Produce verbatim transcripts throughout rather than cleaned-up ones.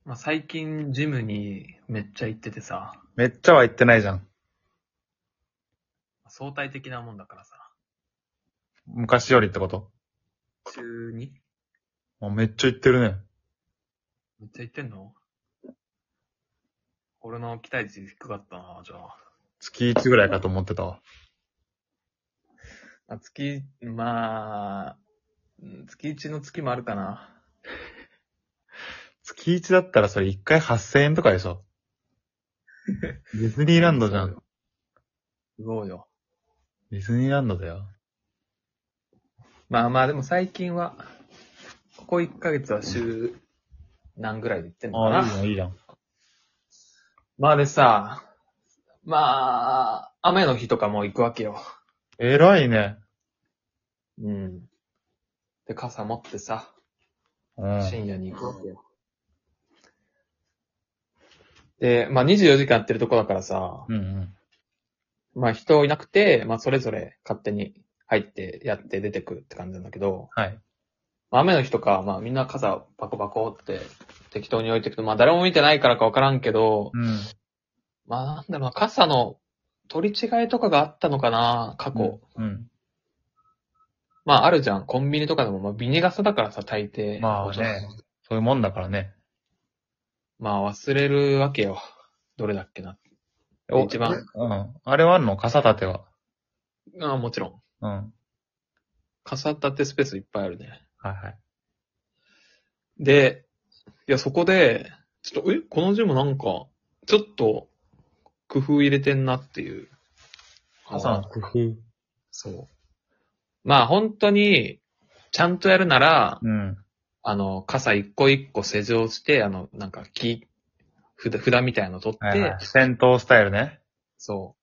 まあ、最近ジムにめっちゃ行っててさ、 めっちゃは言ってないじゃん。 相対的なもんだからさ、 昔よりってこと？ 週にあ、めっちゃ言ってるね。 めっちゃ行ってんの？俺の期待値低かったな、じゃあ。 月いちぐらいかと思ってたわ。 あ月、まあ、うん月いちの月もあるかな。 月いちだったらそれいっかいはっせんえんとかでしょ。ディズニーランドじゃん。 そうよ。 ディズニーランドだよ。 まあまあ、でも最近は、ここいっかげつは週何ぐらいで行ってんのかあ、いいな。 じゃん、いいじゃん。 まあでさ、まあ、雨の日とかも行くわけよ。 偉いね。 うん。で、傘持ってさ、 うん。 深夜に行くわけよ。で、まあにじゅうよじかんやってるとこだからさ、 うんうん。 まあ人いなくて、まあそれぞれ勝手に入ってやって出てくるって感じなんだけど、 はい。 まあ雨の日とか、まあみんな傘パコパコって適当に置いてくと、まあ誰も見てないからかわからんけど、 うん。 まあなんだろうな、傘の取り違いとかがあったのかな、過去。 うん。 まああるじゃん、コンビニとかでも、まあビニ傘だからさ、大抵。 まあね、そういうもんだからね。 まあ忘れるわけよ。どれだっけな。 お、 一番。 うん。あれはあんの？傘立ては。 ああ、もちろん。 うん。はい傘立てスペースいっぱいあるね。 はい。 で、いや、そこで、ちょっと、え、このジムなんか、ちょっと、工夫入れてんなっていう。 傘の工夫。 そう。まあ、本当に、ちゃんとやるなら、 うん。 あの、傘一個一個施錠して、あの、なんか、木、札、札みたいなの取って、 はいはい。戦闘スタイルね。 そう。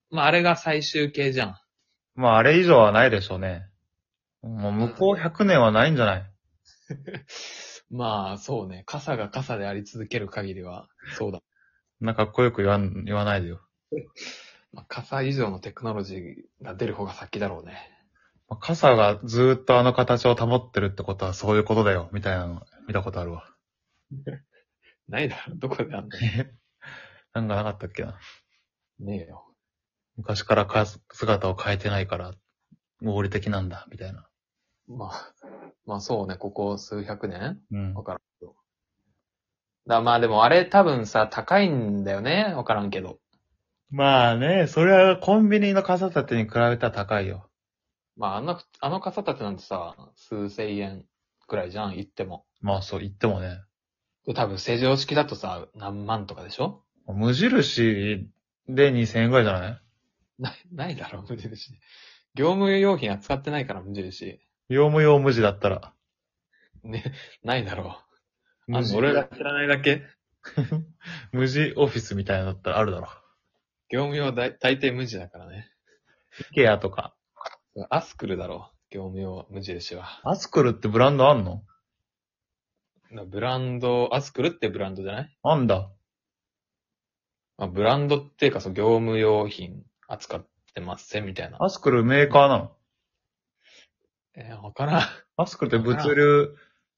まあ、あれが最終形じゃん。 まああれ以上はないでしょうね。もう向こうひゃくねんはないんじゃない？ まあ、そうね。傘が傘であり続ける限りは、そうだ。 なんかかっこよく言わん、言わないでよ。 まあ、傘以上のテクノロジーが出る方が先だろうね。 まあ傘がずーっとあの形を保ってるってことはそういうことだよ、みたいなの見たことあるわ。 ないだろ、どこであんの？ なんかなかったっけな。 ねえよ。 昔からか姿を変えてないから合理的なんだ、みたいな。 まあ、まあそうね、ここ数百年うんわ。からんけど。だまあでもあれ多分さ、高いんだよね。わからんけど。 まあね、それはコンビニの傘立てに比べたら高いよ。 まああの、あの傘立てなんてさ、数千円くらいじゃん、言っても。 まあそう言ってもね。 で、多分施錠式だとさ、何万とかでしょ？ 無印でにせんえんぐらいじゃない？ ない、ないだろ、無印。業務用品扱ってないから、無印。 業務用無地だったら。 ね、ないだろう。あ無地、 の俺が知らないだけ。 無地オフィスみたいなのだったらあるだろ。 業務用大、大抵無地だからね。 イケアとか。 アスクルだろう、業務用無印は。 アスクルってブランドあんの？ ブランド、アスクルってブランドじゃない？ あんだ。 まあ、ブランドっていうか、そう、業務用品扱ってますせみたいな。 アスクルメーカーなの？ えー、わからん。 アスクルって物流、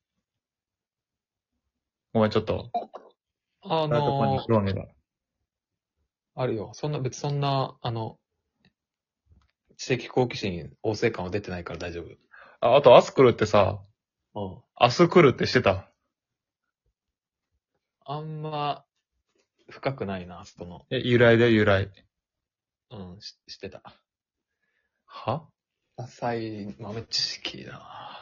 ごめん、ちょっと、 あそういうとこにのー、 興味が。 あるよ。そんな、別にそんな、あの、知的好奇心、旺盛感は出てないから大丈夫。 あ、あとアスクルってさ、 うん。 アスクルってしてた？ あんま、深くないな、その、 え、由来で由来。 うん、し、してた。 は？ 浅い豆知識だな。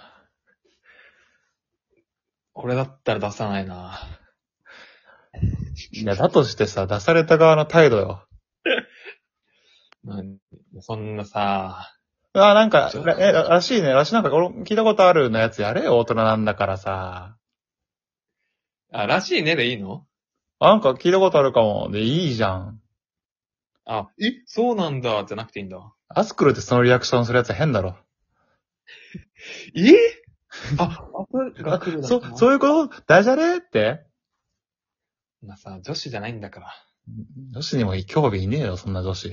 俺だったら出さないな。 いや、だとしてさ、出された側の態度よ。 なんそんなさ、 あ、なんか、 ちょらえ、ららしいね。らしいなんか、俺聞いたことあるのやつやれよ、大人なんだからさ。 あ、らしいねでいいの？ あ、なんか聞いたことあるかも。で、いいじゃん。 あ、え、そうなんだ、じゃなくていいんだ。 アスクルってそのリアクションするやつ変だろ。 えあ、アプが来るだそ、 な。 そういうことダジャレって？ なさ、女子じゃないんだから。 女子にも興味いねえよ、そんな女子。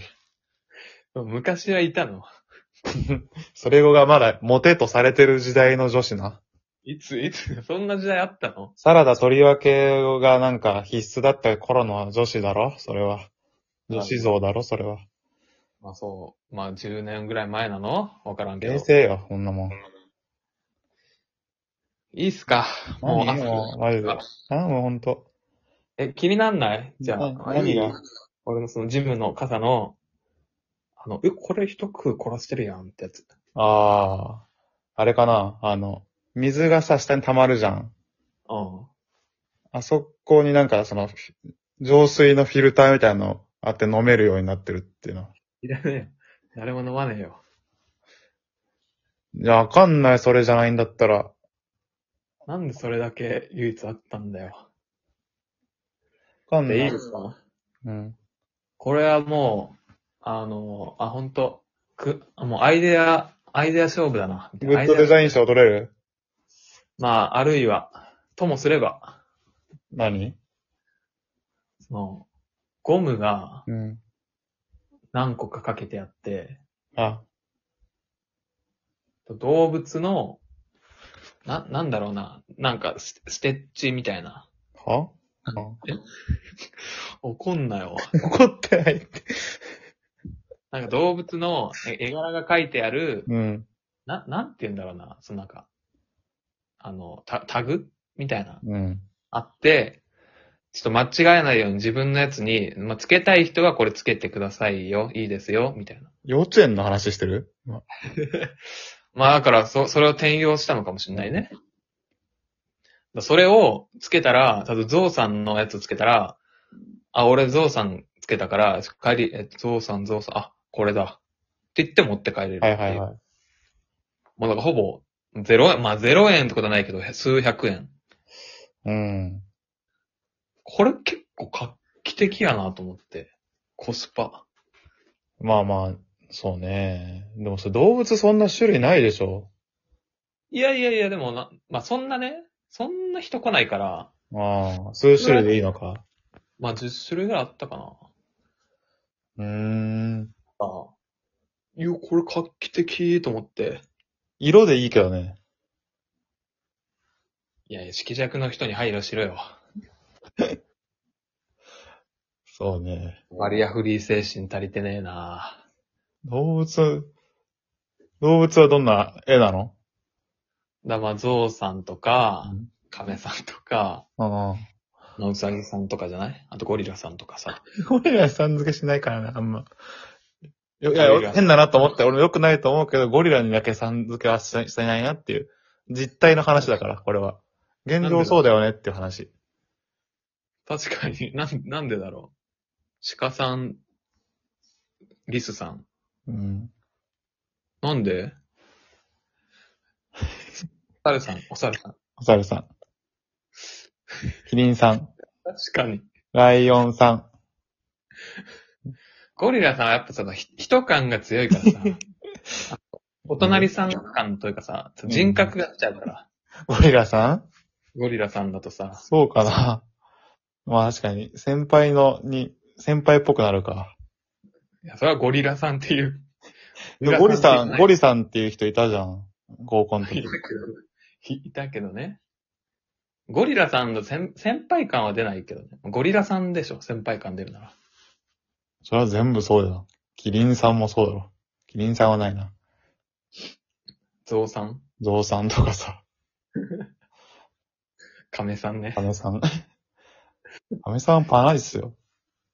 昔はいたの。 それがまだモテとされてる時代の女子な。 いつ、いつ、そんな時代あったの？ サラダ取り分けがなんか必須だった頃の女子だろそれは。女子像だろそれは。 まあそう。まあじゅうねんぐらい前なのわからんけど。 冷静よ、こんなもん。 いいっすかもう、 何もう、マジで。あ、もうほんと。 え、気になんないじゃあ、 な何がいい俺のそのジムの傘の、あの、え、これ一工凝らしてるやんってやつ。 ああ、あれかなあの、水がさ、下に溜まるじゃん。 うん。 あそこになんかその、浄水のフィルターみたいなのあって飲めるようになってるっていうの。 いらねえよ。誰も飲まねえよ。 いや、わかんない、それじゃないんだったら。 なんでそれだけ唯一あったんだよ。 わかんない。 でいいですかうん。 これはもう、あの、あ、ほんと、く、もうアイデア、アイデア勝負だな。みたいグッドなアイデアデザイン賞取れるまあ、あるいは、ともすれば、 何その、ゴムがうん。 何個かかけてあって、 あ、 動物の、な、なんだろうな、なんかス、ステッチみたいな。 はえ怒んなよ。 怒ってないって。 なんか動物のえ絵柄が描いてある、 うん。 な、なんて言うんだろうな、そのなんか、あの、タ、タグみたいな、 うん。 あって、ちょっと間違えないように自分のやつに、まあ、つけたい人はこれつけてくださいよ、いいですよ、みたいな。 幼稚園の話してるまあだから、そ、それを転用したのかもしれないね。だそれをつけたら、多分ゾウさんのやつつけたら、あ、俺ゾウさんつけたから、帰り、え、ゾウさん、ゾウさん、あ、これだ。って言って持って帰れるっていう。 はいはいはい。 もうだからほぼ、ゼロ円、まあゼロ円ってことはないけど、数百円。 うん。 これ結構画期的やなと思って。コスパ。 まあまあ、そうね。でもそれ動物そんな種類ないでしょ。 いやいやいや、でもな、まあそんなね、そんな人来ないから、 ああ、数種類でいいのか。 まあじゅっ種類ぐらいあったかな。 うーん。 ああ。いや、これ画期的と思って。 色でいいけどね。 いやいや、色弱の人に配慮しろよ。 そうね。 バリアフリー精神足りてねえな。 動物、動物はどんな絵なのだまあ、ゾウさんとか、 うん。 カメさんとか、 あまあウサギさんとかじゃないあとゴリラさんとかさ。 あ。俺らさん付けしないからね、あんま。いゴリや、 ラ変だなと思って、俺も良くないと思うけど、ゴリラにだけさん付けはししてないなっていう、実態の話だから、これは。現状そうだよねっていう話。 確かに、なん、なんでだろう。鹿さん、リスさん。 うん。 なんでお猿さん、お猿さん。 お猿さん。キリンさん。 確かに。 ライオンさん。 ゴリラさんはやっぱその、ひ人感が強いからさ。お隣さん感というかさ、人格が出ちゃうから。 ゴリラさんゴリラさんだとさ。 そうかな。まあ確かに、先輩の、に、先輩っぽくなるか。 いや、それはゴリラさんっていう。 ゴリさん、ゴリリさんっていう人いたじゃん。合コンの時いた。けど、いたけどね。ゴリラさんの先先輩感は出ないけどね。ゴリラさんでしょ、先輩感出るなら。 それは全部そうだよ。キリンさんもそうだろ。キリンさんはないな。 ゾウさん、 ゾウさんとかさ、 カメさんねカ。メさん。カメさんパナイっすよ。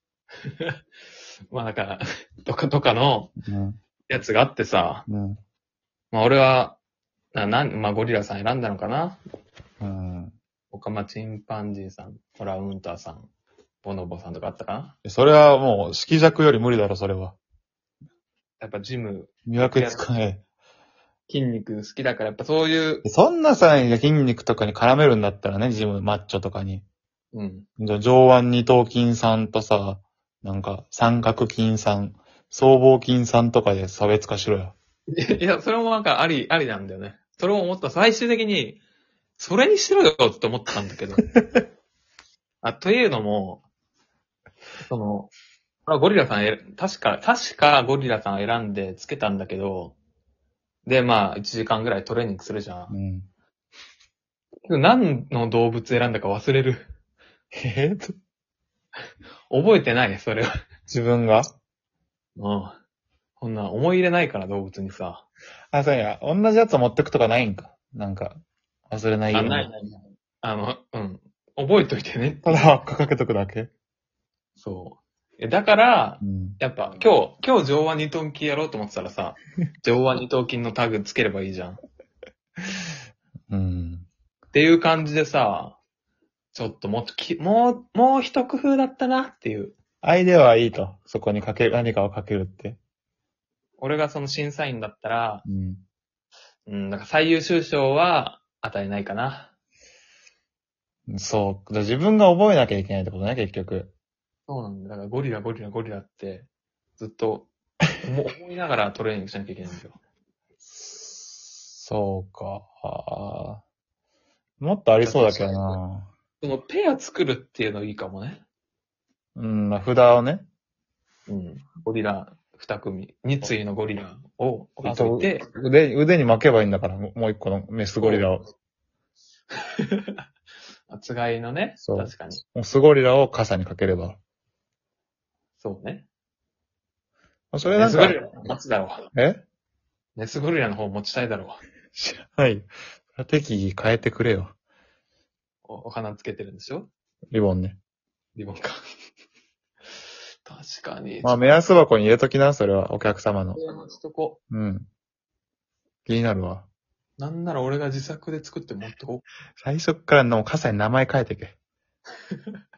まあだから、とかとかのうん。 やつがあってさ、 うん。 まあ俺は、な、なん、まあゴリラさん選んだのかな。 うん。 他まあチンパンジーさん、オラウンターさん、ボノボさんとかあったかな。 それはもう、色弱より無理だろ、それは。 やっぱジム、 見分けつかない。 筋肉好きだから、やっぱそういう、 そんなさ、筋肉とかに絡めるんだったらね、ジム、マッチョとかに。 うん。 じゃあ上腕二頭筋さんとさ、なんか、三角筋さん、僧帽筋さんとかで差別化しろよ。 いや、それもなんかあり、ありなんだよね。それを思った最終的に、それにしろよって思ったんだけど。あ、というのも、その、まあゴリラさんえ、確か、確かゴリラさん選んでつけたんだけど、で、まあ、いちじかんぐらいトレーニングするじゃん。 うん。 何の動物選んだか忘れる。 えー、 覚えてない、それは。 自分がうん。こんな思い入れないから、動物にさ。 あ、そうや。同じやつ持ってくとかないんか。なんか、忘れないよあ、 うに。 ないないない。あの、うん。覚えといてね。 ただ輪っかかけとくだけ。 そう。えだからう、ん。 やっぱ今日、今日上腕二頭筋やろうと思ってたらさ、上腕二頭筋のタグつければいいじゃん。っうん。 ていう感じでさ、ちょっともっとき、もう、もう一工夫だったなっていう。 アイデアはいいと。そこにかける、何かをかけるって。 俺がその審査員だったら、 うん。 うん、なんか最優秀賞は与えないかな。 そう。自分が覚えなきゃいけないってことね、結局。 そうなんだよ。だからゴリラゴリラゴリラって、ずっと思思いながらトレーニングしなきゃいけないんですよ。 そうか。あーもっとありそうだけどな。 そのペア作るっていうのいいかもね。 うん、まあ、札をね。 うん。ゴリラ二組、二対のゴリラを置いあとといて、 腕、腕に巻けばいいんだから、もう一個のメスゴリラを。 つがいのね。 そう確かに。 オスゴリラを傘にかければ。 そうね。 それなんかメスゴリ、ラ持つだろう。 えメスゴリラの方持ちたいだろう。 知らない。適宜変えてくれよ。 お、お花つけてるんでしょリボンね。 リボンか。確かに。 まあ、目安箱に入れときな、それは、お客様の。 持ちとこ。 うん。気になるわ。 なんなら俺が自作で作って持ってこ最初っからの傘に名前書いてけ。